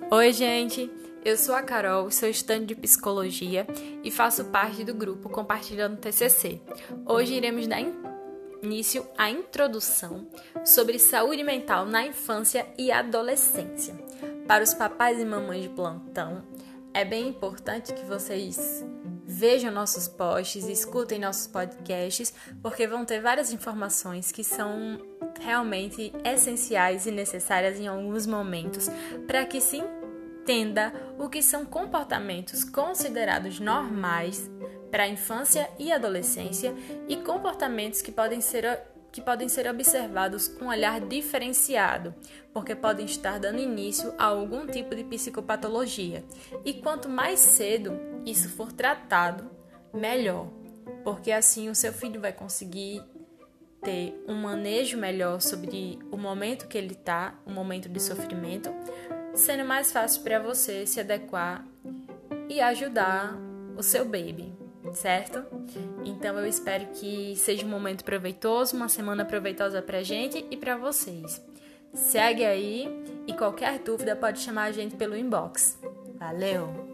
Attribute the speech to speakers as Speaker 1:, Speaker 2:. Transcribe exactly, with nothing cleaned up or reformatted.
Speaker 1: Oi, gente! Eu sou a Carol, sou estudante de psicologia e faço parte do grupo Compartilhando T C C. Hoje iremos dar início à introdução sobre saúde mental na infância e adolescência. Para os papais e mamães de plantão, é bem importante que vocês vejam nossos posts, escutem nossos podcasts, porque vão ter várias informações que são realmente essenciais e necessárias em alguns momentos para que se entenda o que são comportamentos considerados normais para a infância e adolescência e comportamentos que podem ser, que podem ser observados com um olhar diferenciado, porque podem estar dando início a algum tipo de psicopatologia. E quanto mais cedo isso for tratado, melhor, porque assim o seu filho vai conseguir ter um manejo melhor sobre o momento que ele está, o momento de sofrimento, sendo mais fácil para você se adequar e ajudar o seu baby, certo? Então eu espero que seja um momento proveitoso, uma semana proveitosa pra gente e pra vocês. Segue aí e qualquer dúvida pode chamar a gente pelo inbox. Valeu!